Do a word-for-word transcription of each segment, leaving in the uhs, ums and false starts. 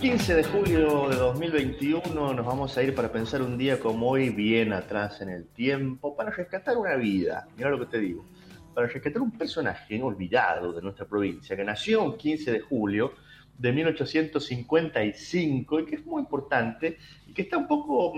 quince de julio de dos mil veintiuno nos vamos a ir para pensar un día como hoy, bien atrás en el tiempo, para rescatar una vida. Mirá lo que te digo. Para rescatar un personaje olvidado de nuestra provincia, que nació un quince de julio de mil ochocientos cincuenta y cinco y que es muy importante y que está un poco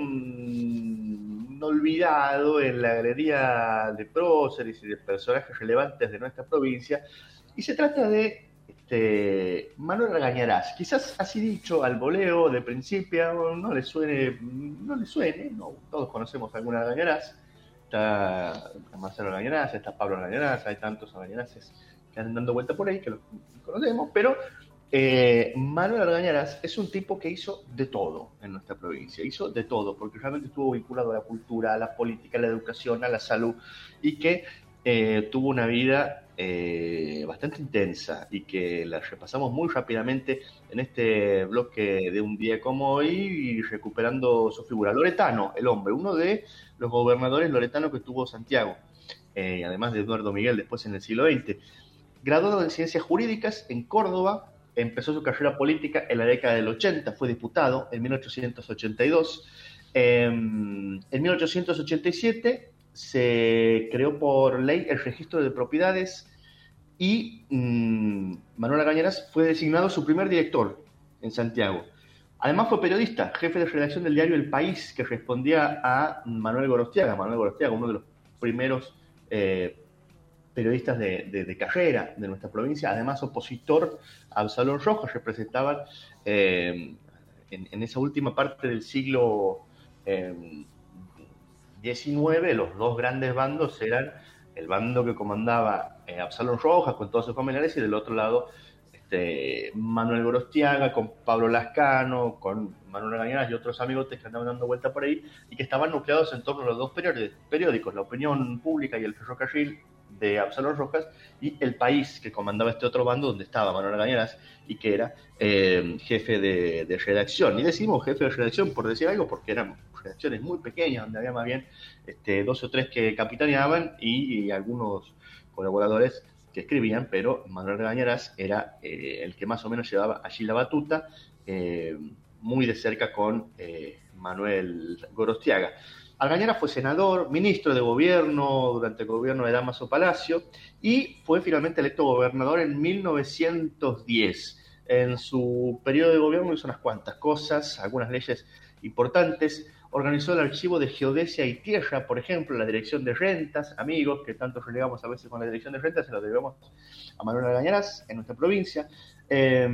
mmm, olvidado en la galería de próceres y de personajes relevantes de nuestra provincia. Y se trata de Este, Manuel Argañarás. Quizás así dicho al voleo de principio no le suene, no le suene, no, todos conocemos a algún Argañarás. Está Marcelo Argañarás, está Pablo Argañarás, hay tantos Argañarases que andan dando vuelta por ahí que los conocemos, pero eh, Manuel Argañarás es un tipo que hizo de todo en nuestra provincia, hizo de todo, porque realmente estuvo vinculado a la cultura, a la política, a la educación, a la salud, y que eh, tuvo una vida Eh, bastante intensa y que la repasamos muy rápidamente en este bloque de un día como hoy y recuperando su figura. Loretano, el hombre, uno de los gobernadores loretanos que tuvo Santiago, eh, además de Eduardo Miguel después en el siglo veinte. Graduado en Ciencias Jurídicas en Córdoba, empezó su carrera política en la década del ochenta, fue diputado en mil ochocientos ochenta y dos. Eh, en mil ochocientos ochenta y siete se creó por ley el registro de propiedades y mmm, Manuel Argañarás fue designado su primer director en Santiago. Además fue periodista, jefe de redacción del diario El País, que respondía a Manuel Gorostiaga. Manuel Gorostiaga, uno de los primeros eh, periodistas de, de, de carrera de nuestra provincia, además opositor a Absalón Rojas, representaban eh, en, en esa última parte del siglo eh, diecinueve, los dos grandes bandos eran el bando que comandaba eh, Absalón Rojas con todos sus familiares y del otro lado este, Manuel Gorostiaga con Pablo Lascano, con Manuel Argañarás y otros amigotes que andaban dando vuelta por ahí y que estaban nucleados en torno a los dos periódicos, La Opinión Pública y El Ferrocarril de Absalón Rojas y El País, que comandaba este otro bando donde estaba Manuel Argañarás y que era eh, jefe de, de redacción. Y decimos jefe de redacción por decir algo porque eran redacciones muy pequeñas donde había más bien este, dos o tres que capitaneaban y, y algunos colaboradores que escribían, pero Manuel Argañarás era eh, el que más o menos llevaba allí la batuta, eh, muy de cerca con eh, Manuel Gorostiaga. Argañarás fue senador, ministro de gobierno durante el gobierno de Dámaso Palacio y fue finalmente electo gobernador en mil novecientos diez. En su periodo de gobierno hizo unas cuantas cosas, algunas leyes importantes. Organizó el archivo de geodesia y tierra, por ejemplo, la dirección de rentas, amigos, que tanto relegamos a veces con la dirección de rentas, se lo debemos a Manuel Argañarás en nuestra provincia. Eh,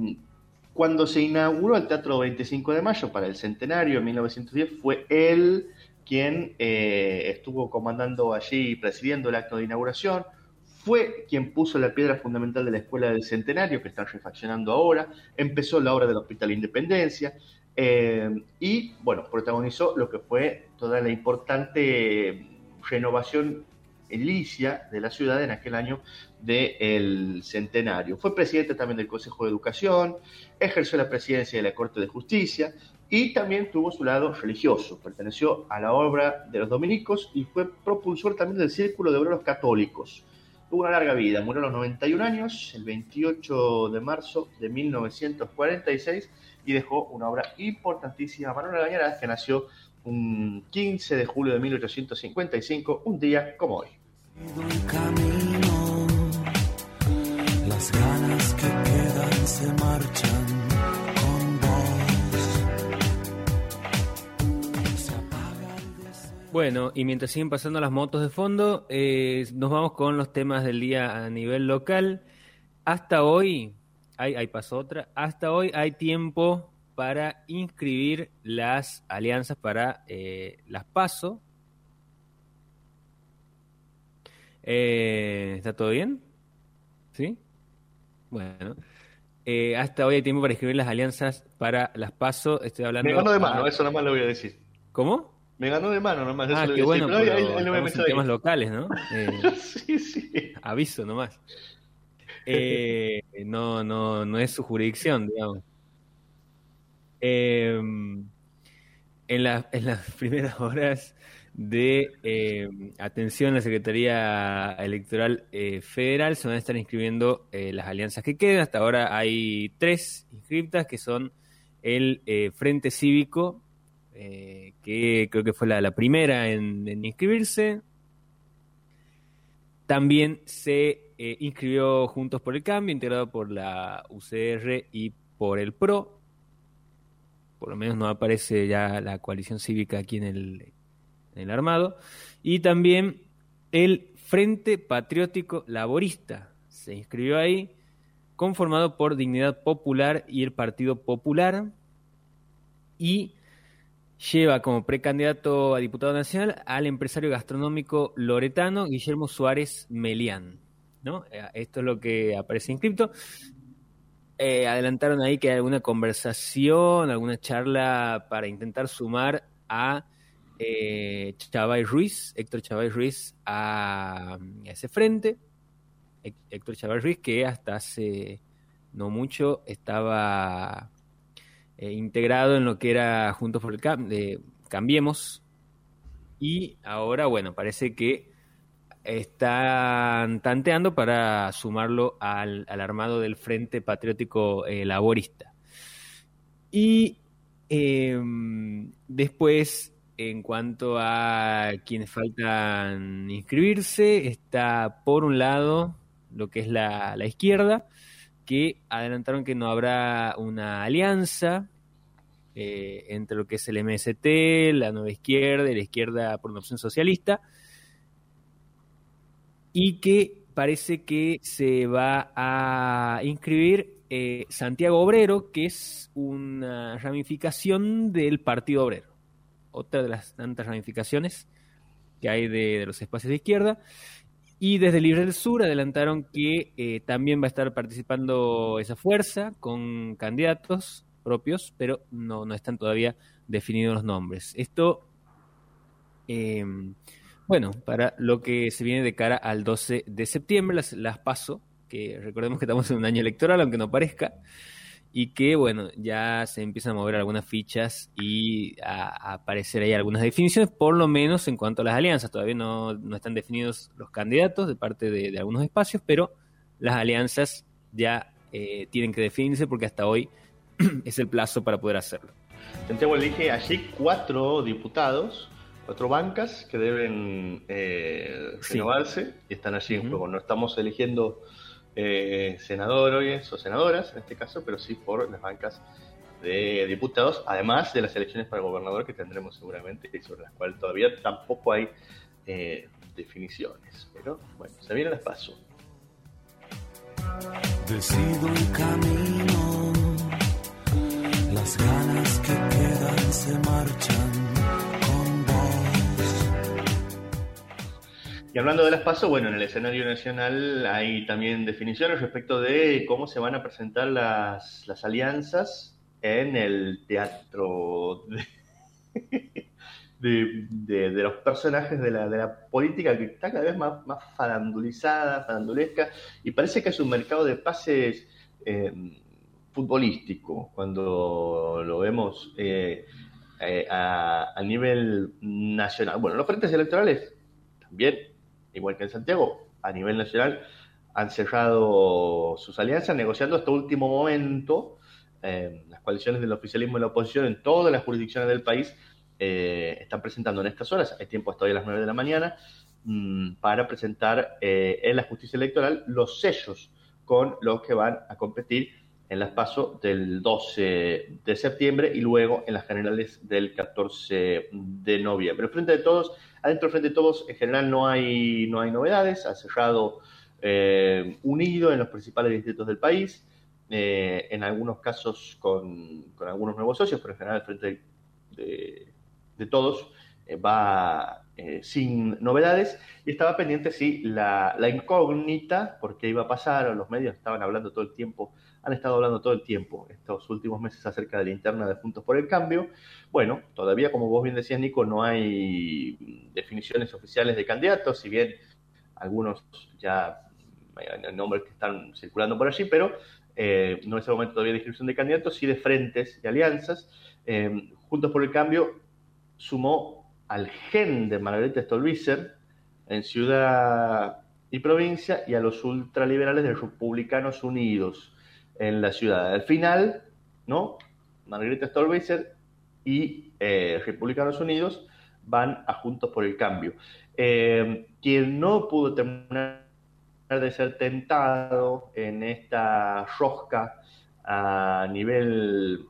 cuando se inauguró el Teatro veinticinco de Mayo para el centenario en mil novecientos diez, fue él quien eh, estuvo comandando allí y presidiendo el acto de inauguración. Fue quien puso la piedra fundamental de la Escuela del Centenario, que están refaccionando ahora. Empezó la obra del Hospital Independencia. Eh, y, bueno, protagonizó lo que fue toda la importante renovación edilicia de la ciudad en aquel año del centenario. Fue presidente también del Consejo de Educación, ejerció la presidencia de la Corte de Justicia y también tuvo su lado religioso. Perteneció a la obra de los dominicos y fue propulsor también del Círculo de Obreros Católicos. Tuvo una larga vida, murió a los noventa y un años, el veintiocho de marzo de mil novecientos cuarenta y seis, y dejó una obra importantísima. Manuel Argañarás, que nació un quince de julio de mil ochocientos cincuenta y cinco, un día como hoy. El camino, las ganas que quedan se marchan con vos. Se apaga el deseo. Bueno, y mientras siguen pasando las motos de fondo, eh, nos vamos con los temas del día a nivel local. Hasta hoy, ahí, ahí pasó otra, hasta hoy hay tiempo para inscribir las alianzas para eh, las PASO. Eh, ¿Está todo bien? ¿Sí? Bueno. Eh, hasta hoy hay tiempo para inscribir las alianzas para las PASO. Estoy hablando... Me ganó de mano, a... eso nomás le voy a decir. ¿Cómo? Me ganó de mano nomás, eso Ah, le voy qué a bueno, decir. Pero pero ahí, ahí, ahí le voy a estamos en meter temas ahí. locales, ¿no? Eh, sí, sí. aviso nomás. Eh, no, no, no es su jurisdicción, digamos. Eh, en, la, en las primeras horas de eh, atención a la Secretaría Electoral eh, Federal se van a estar inscribiendo eh, las alianzas que quedan. Hasta ahora hay tres inscriptas, que son el eh, Frente Cívico, eh, que creo que fue la, la primera en, en inscribirse. También se eh, inscribió Juntos por el Cambio, integrado por la U C R y por el P R O. Por lo menos no aparece ya la coalición cívica aquí en el, en el armado. Y también el Frente Patriótico Laborista se inscribió ahí, conformado por Dignidad Popular y el Partido Popular, y lleva como precandidato a diputado nacional al empresario gastronómico loretano Guillermo Suárez Melián, ¿no? Esto es lo que aparece inscrito. Eh, adelantaron ahí que hay alguna conversación, alguna charla para intentar sumar a eh, Chavay Ruiz, Héctor Chavay Ruiz, a, a ese frente. Héctor Chavay Ruiz, que hasta hace no mucho estaba eh, integrado en lo que era Juntos por el Cam- eh, Cambiemos, y ahora, bueno, parece que están tanteando para sumarlo al, al armado del Frente Patriótico eh, Laborista. Y eh, después, en cuanto a quienes faltan inscribirse, está por un lado lo que es la, la izquierda, que adelantaron que no habrá una alianza eh, entre lo que es el M S T, la Nueva Izquierda y la Izquierda por una Opción Socialista, y que parece que se va a inscribir eh, Santiago Obrero, que es una ramificación del Partido Obrero, otra de las tantas ramificaciones que hay de, de los espacios de izquierda. Y desde Libre del Sur adelantaron que eh, también va a estar participando esa fuerza con candidatos propios, pero no, no están todavía definidos los nombres. Esto... Eh, Bueno, para lo que se viene de cara al doce de septiembre, las, las PASO, que recordemos que estamos en un año electoral, aunque no parezca, y que, bueno, ya se empiezan a mover algunas fichas y a, a aparecer ahí algunas definiciones, por lo menos en cuanto a las alianzas. Todavía no, no están definidos los candidatos de parte de, de algunos espacios, pero las alianzas ya eh, tienen que definirse porque hasta hoy es el plazo para poder hacerlo. Santiago, elige allí cuatro diputados, cuatro bancas que deben eh, renovarse, sí, y están allí en uh-huh. juego. No estamos eligiendo eh, senadores o senadoras en este caso, pero sí por las bancas de diputados, además de las elecciones para gobernador que tendremos seguramente y sobre las cuales todavía tampoco hay eh, definiciones. Pero bueno, se vienen las PASO. Decido un camino, las ganas que quedan se marchan. Y hablando de las PASO, bueno, en el escenario nacional hay también definiciones respecto de cómo se van a presentar las, las alianzas en el teatro de, de, de, de los personajes de la, de la política, que está cada vez más, más farandulizada, farandulesca, y parece que es un mercado de pases eh, futbolístico, cuando lo vemos eh, eh, a, a nivel nacional. Bueno, los frentes electorales también, igual que en Santiago, a nivel nacional, han cerrado sus alianzas, negociando hasta último momento. Eh, las coaliciones del oficialismo y la oposición en todas las jurisdicciones del país eh, están presentando en estas horas, hay tiempo hasta hoy a las nueve de la mañana, mmm, para presentar eh, en la justicia electoral los sellos con los que van a competir en las PASO del doce de septiembre y luego en las generales del catorce de noviembre. Frente de todos, adentro del Frente de Todos, en general no hay, no hay novedades, ha cerrado eh, unido en los principales distritos del país, eh, en algunos casos con, con algunos nuevos socios, pero en general el Frente de, de, de Todos eh, va eh, sin novedades, y estaba pendiente, sí, la, la incógnita, porque iba a pasar, los medios estaban hablando todo el tiempo, han estado hablando todo el tiempo estos últimos meses acerca de la interna de Juntos por el Cambio. Bueno, todavía, como vos bien decías, Nico, no hay definiciones oficiales de candidatos, si bien algunos ya hay nombres que están circulando por allí, pero eh, no es el momento todavía de inscripción de candidatos, sí de frentes y alianzas. Eh, Juntos por el Cambio sumó al gen de Margarita Stolbizer en Ciudad y Provincia y a los ultraliberales de Republicanos Unidos en la ciudad. Al final, ¿no? Margarita Stolbizer y eh, Republicanos Unidos van a Juntos por el Cambio. Eh, quien no pudo terminar de ser tentado en esta rosca a nivel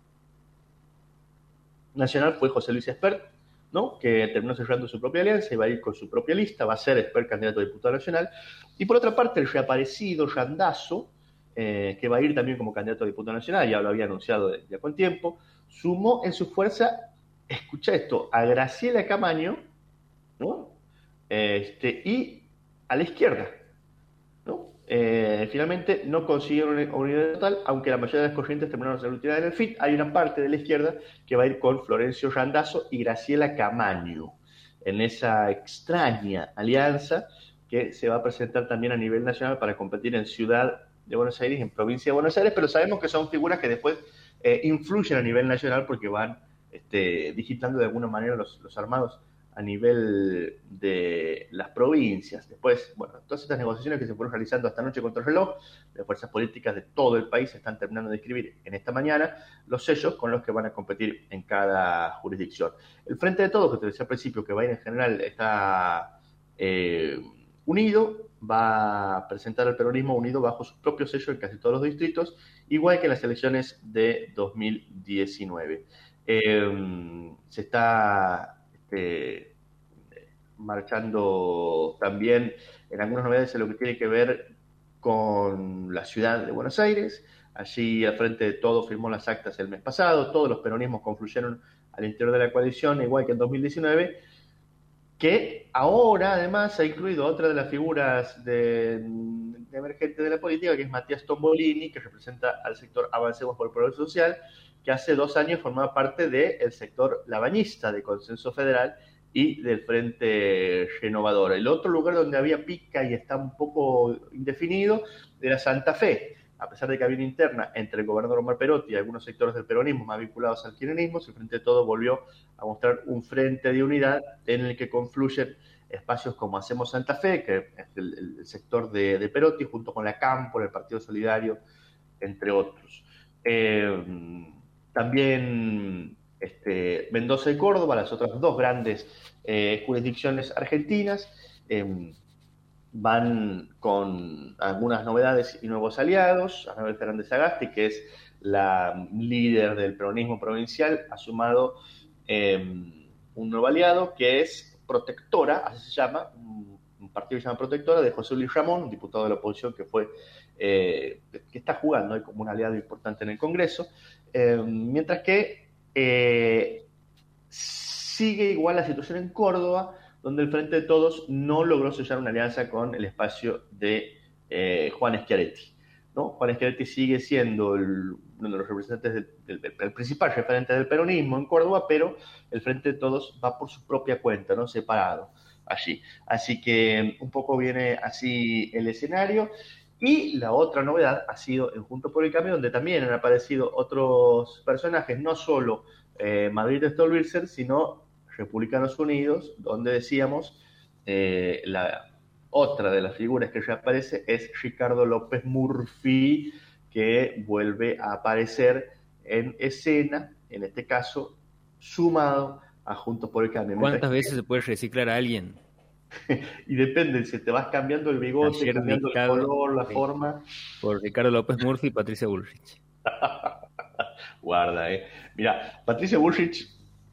nacional fue José Luis Espert, ¿no? Que terminó cerrando su propia alianza y va a ir con su propia lista, va a ser Espert candidato a diputado nacional. Y por otra parte, el reaparecido Randazzo, eh, que va a ir también como candidato a diputado nacional, ya lo había anunciado ya con tiempo, sumó en su fuerza, escucha esto, a Graciela Camaño, ¿no? Este, y a la izquierda, ¿no? Eh, finalmente no consiguieron una unidad total, aunque la mayoría de las corrientes terminaron aglutinadas en el F I T. Hay una parte de la izquierda que va a ir con Florencio Randazzo y Graciela Camaño, en esa extraña alianza que se va a presentar también a nivel nacional para competir en Ciudad de Buenos Aires y en Provincia de Buenos Aires, pero sabemos que son figuras que después eh, influyen a nivel nacional porque van este, digitando de alguna manera los, los armados a nivel de las provincias. Después, bueno, todas estas negociaciones que se fueron realizando esta noche contra el reloj, las fuerzas políticas de todo el país están terminando de escribir en esta mañana los sellos con los que van a competir en cada jurisdicción. El Frente de Todos, que te decía al principio, que va a ir en general, está eh, unido, va a presentar al peronismo unido bajo su propio sello en casi todos los distritos, igual que en las elecciones de dos mil diecinueve. Eh, se está Eh, marchando también en algunas novedades en lo que tiene que ver con la ciudad de Buenos Aires. Allí al Frente de Todos firmó las actas el mes pasado, todos los peronismos confluyeron al interior de la coalición, igual que en dos mil diecinueve, que ahora además ha incluido a otra de las figuras de, de emergente de la política, que es Matías Tombolini, que representa al sector Avancemos por el Progreso Social, que hace dos años formaba parte del sector labañista de Consenso Federal y del Frente Renovador. El otro lugar donde había pica y está un poco indefinido era Santa Fe. A pesar de que había una interna entre el gobernador Omar Perotti y algunos sectores del peronismo más vinculados al kirchnerismo, el Frente de Todos volvió a mostrar un frente de unidad en el que confluyen espacios como Hacemos Santa Fe, que es el, el sector de, de Perotti, junto con la Cámpora, el Partido Solidario, entre otros. Eh, También este, Mendoza y Córdoba, las otras dos grandes eh, jurisdicciones argentinas, eh, van con algunas novedades y nuevos aliados. Anabel Fernández Sagasti, que es la líder del peronismo provincial, ha sumado eh, un nuevo aliado que es Protectora, así se llama, un partido que se llama Protectora, de José Luis Ramón, un diputado de la oposición que fue eh, que está jugando ¿eh? como un aliado importante en el Congreso. Eh, mientras que eh, sigue igual la situación en Córdoba, donde el Frente de Todos no logró sellar una alianza con el espacio de eh, Juan Schiaretti, ¿no? Juan Schiaretti sigue siendo el, uno de los representantes del, del, del, el principal referente del peronismo en Córdoba, pero el Frente de Todos va por su propia cuenta, ¿no? Separado allí. Así que un poco viene así el escenario. Y la otra novedad ha sido en Juntos por el Cambio, donde también han aparecido otros personajes, no solo eh, Margarita Stolbizer, sino Republicanos Unidos, donde decíamos eh, la otra de las figuras que reaparece es Ricardo López Murphy, que vuelve a aparecer en escena, en este caso sumado a Juntos por el Cambio. ¿Cuántas veces se puede reciclar a alguien? Y depende, si te vas cambiando el bigote, Ayer cambiando el color, la forma. Por Ricardo López Murphy y Patricia Bullrich. Guarda, eh. Mira, Patricia Bullrich,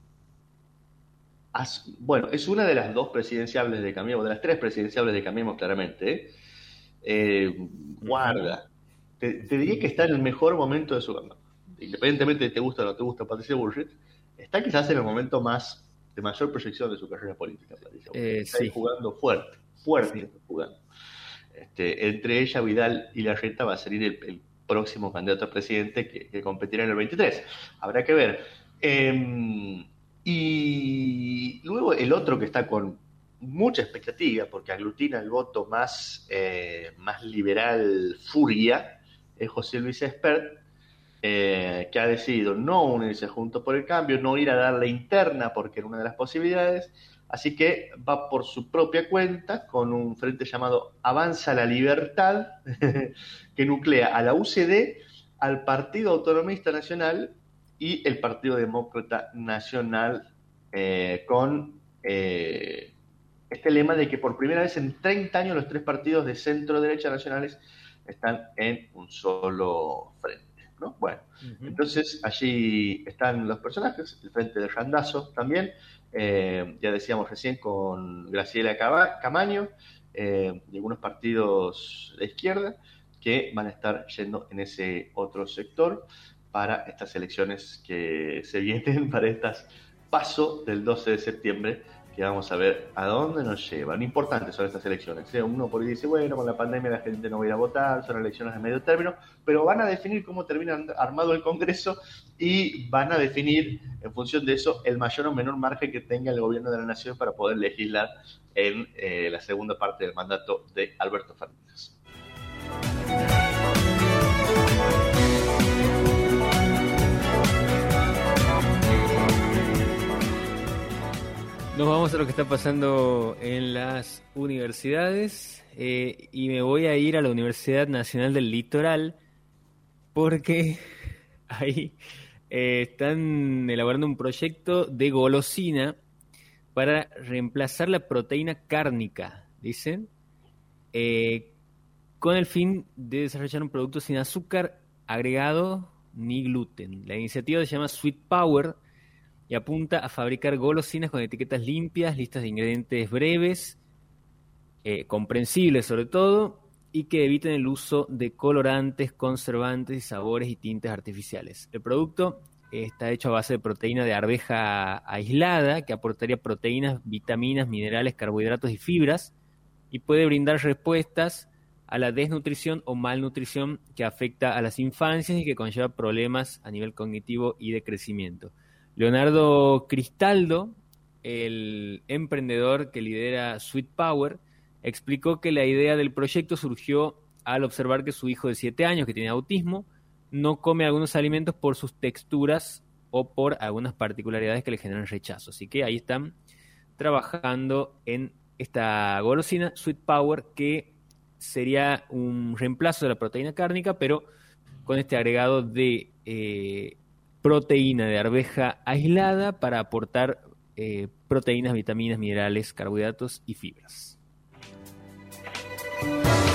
has, bueno, es una de las dos presidenciables de Cambiemos, de las tres presidenciables de Cambiemos, claramente. Eh. Eh, guarda. Te, te diría que está en el mejor momento de su gama. Independientemente de te gusta o no te gusta Patricia Bullrich, está quizás en el momento más de mayor proyección de su carrera política. Eh, está sí. jugando fuerte, fuerte Sí. jugando. Este, entre ella, Vidal y Larreta va a salir el, el próximo candidato a presidente que, que competirá en el veintitrés. Habrá que ver. Eh, y luego el otro que está con mucha expectativa, porque aglutina el voto más, eh, más liberal furia, es José Luis Espert, Eh, que ha decidido no unirse Juntos por el Cambio, no ir a dar la interna porque era una de las posibilidades, así que va por su propia cuenta con un frente llamado Avanza la Libertad, que nuclea a la U C D, al Partido Autonomista Nacional y el Partido Demócrata Nacional eh, con eh, este lema de que por primera vez en treinta años los tres partidos de centro-derecha nacionales están en un solo frente, ¿no? Bueno, uh-huh. Entonces allí están los personajes, el frente de Randazzo también, eh, ya decíamos recién con Graciela Camaño, eh, y algunos partidos de izquierda que van a estar yendo en ese otro sector para estas elecciones que se vienen, para estas PASO del doce de septiembre, que vamos a ver a dónde nos llevan. Importantes son estas elecciones, ¿eh? Uno por ahí dice, bueno, con la pandemia la gente no va a ir a votar, son elecciones de medio término, pero van a definir cómo termina armado el Congreso y van a definir, en función de eso, el mayor o menor margen que tenga el gobierno de la nación para poder legislar en eh, la segunda parte del mandato de Alberto Fernández. Nos vamos a lo que está pasando en las universidades eh, y me voy a ir a la Universidad Nacional del Litoral porque ahí eh, están elaborando un proyecto de golosina para reemplazar la proteína cárnica, dicen, eh, con el fin de desarrollar un producto sin azúcar agregado ni gluten. La iniciativa se llama Sweet Power y apunta a fabricar golosinas con etiquetas limpias, listas de ingredientes breves, eh, comprensibles sobre todo, y que eviten el uso de colorantes, conservantes y sabores y tintes artificiales. El producto eh, está hecho a base de proteína de arveja aislada, que aportaría proteínas, vitaminas, minerales, carbohidratos y fibras, y puede brindar respuestas a la desnutrición o malnutrición que afecta a las infancias y que conlleva problemas a nivel cognitivo y de crecimiento. Leonardo Cristaldo, el emprendedor que lidera Sweet Power, explicó que la idea del proyecto surgió al observar que su hijo de siete años, que tiene autismo, no come algunos alimentos por sus texturas o por algunas particularidades que le generan rechazo. Así que ahí están trabajando en esta golosina Sweet Power, que sería un reemplazo de la proteína cárnica, pero con este agregado de eh, proteína de arveja aislada para aportar eh, proteínas, vitaminas, minerales, carbohidratos y fibras. Con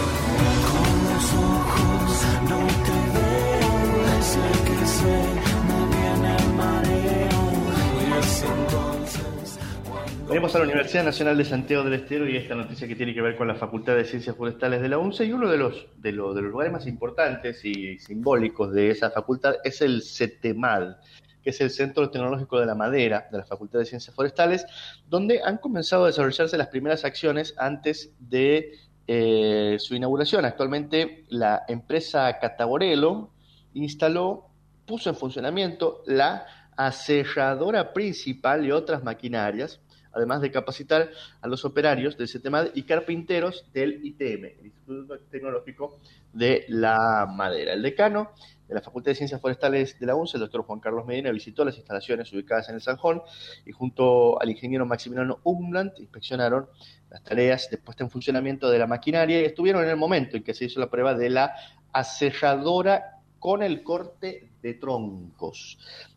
los ojos no te veo, sé que sé, me viene el mareo, y es entonces cuando... Venimos a la Universidad Nacional de Santiago del Estero y esta noticia que tiene que ver con la Facultad de Ciencias Forestales de la UNCE, y uno de los, de, lo, de los lugares más importantes y simbólicos de esa facultad es el CETEMAD, que es el Centro Tecnológico de la Madera de la Facultad de Ciencias Forestales, donde han comenzado a desarrollarse las primeras acciones antes de eh, su inauguración. Actualmente la empresa Cataborelo instaló, puso en funcionamiento la aserradora principal y otras maquinarias, además de capacitar a los operarios del CETEMAD y carpinteros del I T M, el Instituto Tecnológico de la Madera. El decano de la Facultad de Ciencias Forestales de la UNCE, el doctor Juan Carlos Medina, visitó las instalaciones ubicadas en el Sanjón y junto al ingeniero Maximiliano Umland inspeccionaron las tareas de puesta en funcionamiento de la maquinaria y estuvieron en el momento en que se hizo la prueba de la aserradora con el corte de troncos.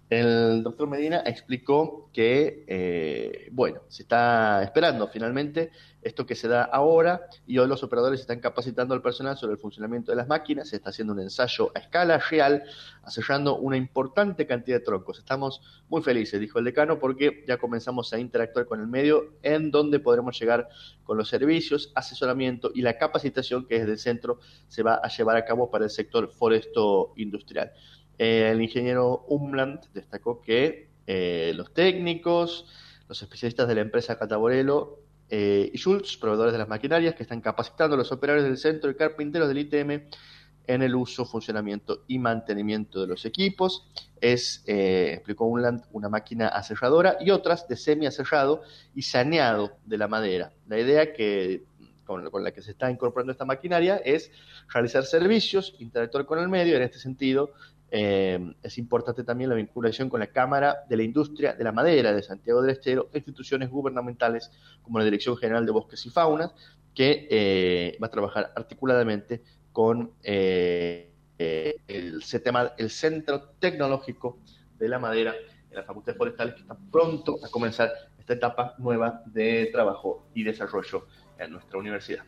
El doctor Medina explicó que, eh, bueno, se está esperando finalmente esto que se da ahora y hoy los operadores están capacitando al personal sobre el funcionamiento de las máquinas, se está haciendo un ensayo a escala real, aserrando una importante cantidad de troncos. Estamos muy felices, dijo el decano, porque ya comenzamos a interactuar con el medio en donde podremos llegar con los servicios, asesoramiento y la capacitación que desde el centro se va a llevar a cabo para el sector foresto industrial. El ingeniero Umland destacó que eh, los técnicos, los especialistas de la empresa Cataborelo eh, y Schultz, proveedores de las maquinarias, que están capacitando a los operarios del centro y carpinteros del I T M en el uso, funcionamiento y mantenimiento de los equipos. Es, eh, explicó Umland, una máquina aserradora y otras de semi-aserrado y saneado de la madera. La idea que Con, con la que se está incorporando esta maquinaria es realizar servicios, interactuar con el medio. En este sentido, eh, es importante también la vinculación con la Cámara de la Industria de la Madera de Santiago del Estero, instituciones gubernamentales como la Dirección General de Bosques y Faunas, que eh, va a trabajar articuladamente con eh, eh, el CETEMAD, el Centro Tecnológico de la Madera en la Facultad de Forestales, que está pronto a comenzar esta etapa nueva de trabajo y desarrollo en nuestra universidad.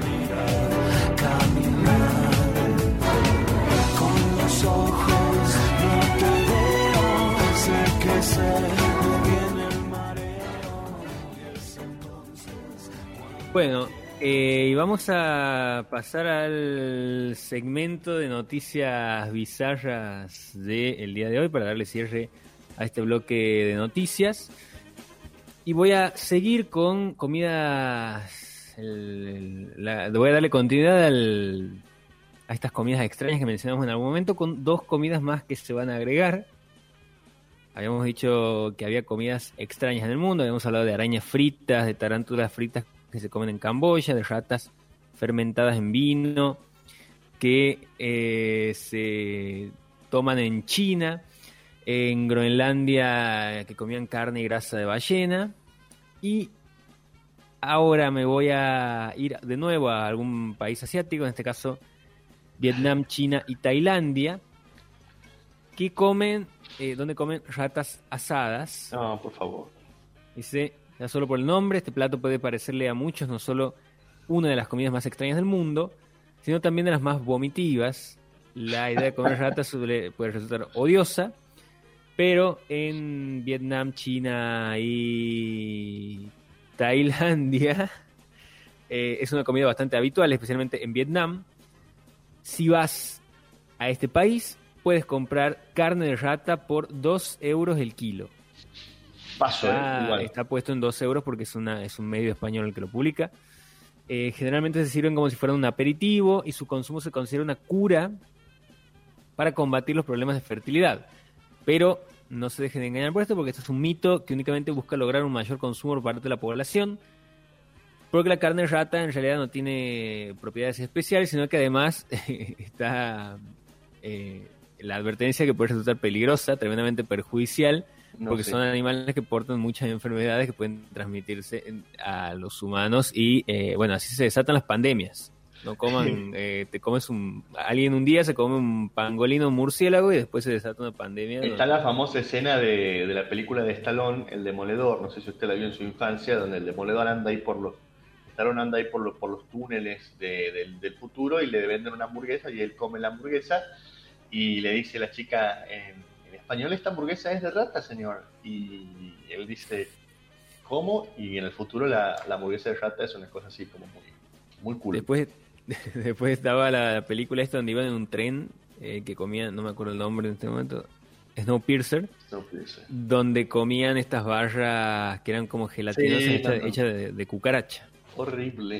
Con los ojos no te veo, sé que se me viene el mareo. Y es entonces Bueno, eh, y vamos a pasar al segmento de noticias bizarras del día de hoy para darle cierre a este bloque de noticias. Y voy a seguir con comidas. El, el, la, voy a darle continuidad al, a estas comidas extrañas que mencionamos en algún momento, con dos comidas más que se van a agregar. Habíamos dicho que había comidas extrañas en el mundo. Habíamos hablado de arañas fritas, de tarántulas fritas que se comen en Camboya, de ratas fermentadas en vino que eh, se toman en China, en Groenlandia que comían carne y grasa de ballena, y ahora me voy a ir de nuevo a algún país asiático, en este caso Vietnam, China y Tailandia, que comen, eh, donde comen ratas asadas. No, por favor. Dice, ya solo por el nombre, este plato puede parecerle a muchos no solo una de las comidas más extrañas del mundo, sino también de las más vomitivas. La idea de comer ratas suele, puede resultar odiosa, pero en Vietnam, China y Tailandia eh, es una comida bastante habitual, especialmente en Vietnam. Si vas a este país, puedes comprar carne de rata por dos euros el kilo. Paso, Está, eh, igual. está puesto en dos euros porque es, una, es un medio español el que lo publica. Eh, generalmente se sirven como si fueran un aperitivo y su consumo se considera una cura para combatir los problemas de fertilidad. Pero no se dejen de engañar por esto, porque esto es un mito que únicamente busca lograr un mayor consumo por parte de la población, porque la carne de rata en realidad no tiene propiedades especiales, sino que además está eh, la advertencia que puede resultar peligrosa, tremendamente perjudicial, No porque sé. son animales que portan muchas enfermedades que pueden transmitirse en- a los humanos y eh, bueno, así se desatan las pandemias. No coman, eh, te comes un, alguien un día se come un pangolino, un murciélago y después se desata una pandemia. Está la famosa escena de, de la película de Stallone, El Demoledor, no sé si usted la vio en su infancia, donde el Demoledor anda ahí por los, Stallone anda ahí por los, por los túneles de- del, del futuro y le venden una hamburguesa y él come la hamburguesa y le dice a la chica en, en español, esta hamburguesa es de rata, señor. Y él dice, ¿cómo? Y en el futuro la, la hamburguesa de rata es una cosa así como muy, muy cool. Después, después estaba la película esta donde iban en un tren eh, que comían, no me acuerdo el nombre en este momento, Snowpiercer, No puede ser. donde comían estas barras que eran como gelatinosas Sí, hechas, no, no. hechas de, de cucaracha. Horrible.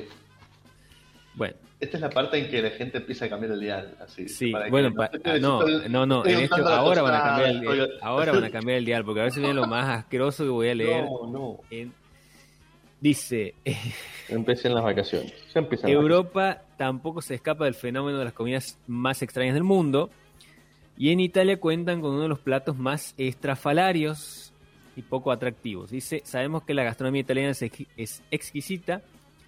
Bueno, Esta es la parte en que la gente empieza a cambiar el dial. Así, sí, para que bueno, no pa- se ah, quede no, estoy- no, no, estoy en este, untando la ahora van a tostada, cambiar el dial, estoy- ahora van a cambiar el dial, porque a ver si viene lo más asqueroso que voy a leer. No, no. En- dice, Empecé en las vacaciones. Ya empiezan las Europa tampoco se escapa del fenómeno de las comidas más extrañas del mundo, y en Italia cuentan con uno de los platos más estrafalarios y poco atractivos. Dice, sabemos que la gastronomía italiana es, ex- es exquisita,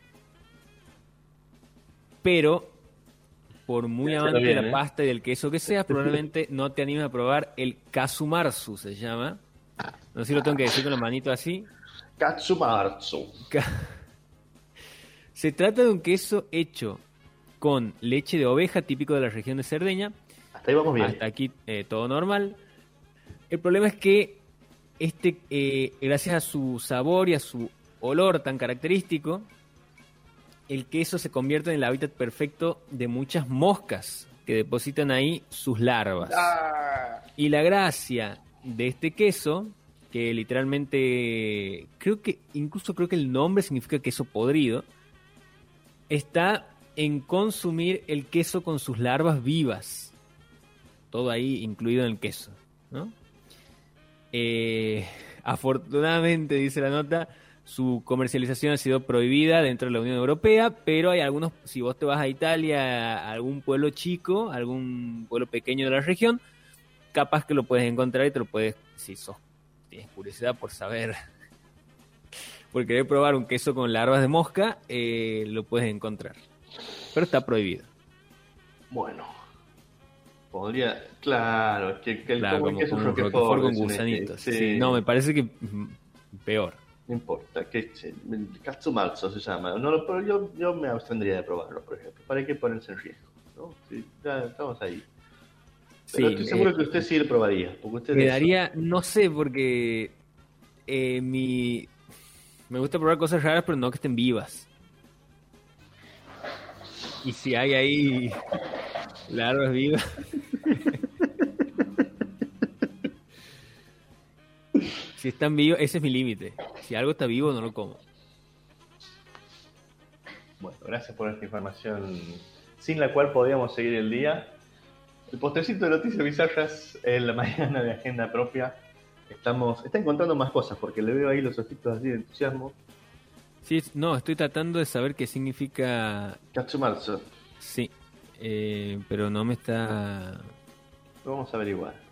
pero por muy Ya, amante bien, de la ¿eh? pasta y del queso que seas, probablemente no te animes a probar el Kasumarzu, se llama. No sé si lo tengo que decir con la manito así. Katsumarzu. Ca- Se trata de un queso hecho con leche de oveja, típico de la región de Cerdeña. Hasta ahí vamos bien. Hasta aquí eh, todo normal. El problema es que este, eh, gracias a su sabor y a su olor tan característico, el queso se convierte en el hábitat perfecto de muchas moscas que depositan ahí sus larvas. Ah, Y la gracia de este queso, que literalmente, creo que, incluso creo que el nombre significa queso podrido, está en consumir el queso con sus larvas vivas. Todo ahí incluido en el queso, ¿no? Eh, afortunadamente, dice la nota, su comercialización ha sido prohibida dentro de la Unión Europea, pero hay algunos, si vos te vas a Italia, a algún pueblo chico, algún pueblo pequeño de la región, capaz que lo puedes encontrar y te lo puedes, si sos, tienes curiosidad por saber, por querer probar un queso con larvas de mosca, eh, lo puedes encontrar. Pero está prohibido. bueno. Podría, claro, es que, que el Claro, como, como, que es un como un roquefort, roquefort con es un gusanitos. este, Sí, no, me parece que mm, peor. no importa, que se- Katsumatsu se llama. No, lo- pero yo, yo me abstendría de probarlo, por ejemplo. ¿Para qué ponerse en riesgo? ¿No? Sí, ya estamos ahí. Sí, Pero estoy seguro eh, que usted sí lo probaría, porque usted me es eso. daría, no sé, porque eh, mi me gusta probar cosas raras, pero no que estén vivas. Y si hay ahí larvas vivas, si están vivos, ese es mi límite. Si algo está vivo, no lo como. Bueno, gracias por esta información sin la cual podríamos seguir el día. El postrecito de noticias bizarras en la mañana de agenda propia. Estamos, está encontrando más cosas porque le veo ahí los ojitos así de entusiasmo. Sí, no, estoy tratando de saber qué significa. Katsumatsu, Sí, eh, pero no me está. lo vamos a averiguar.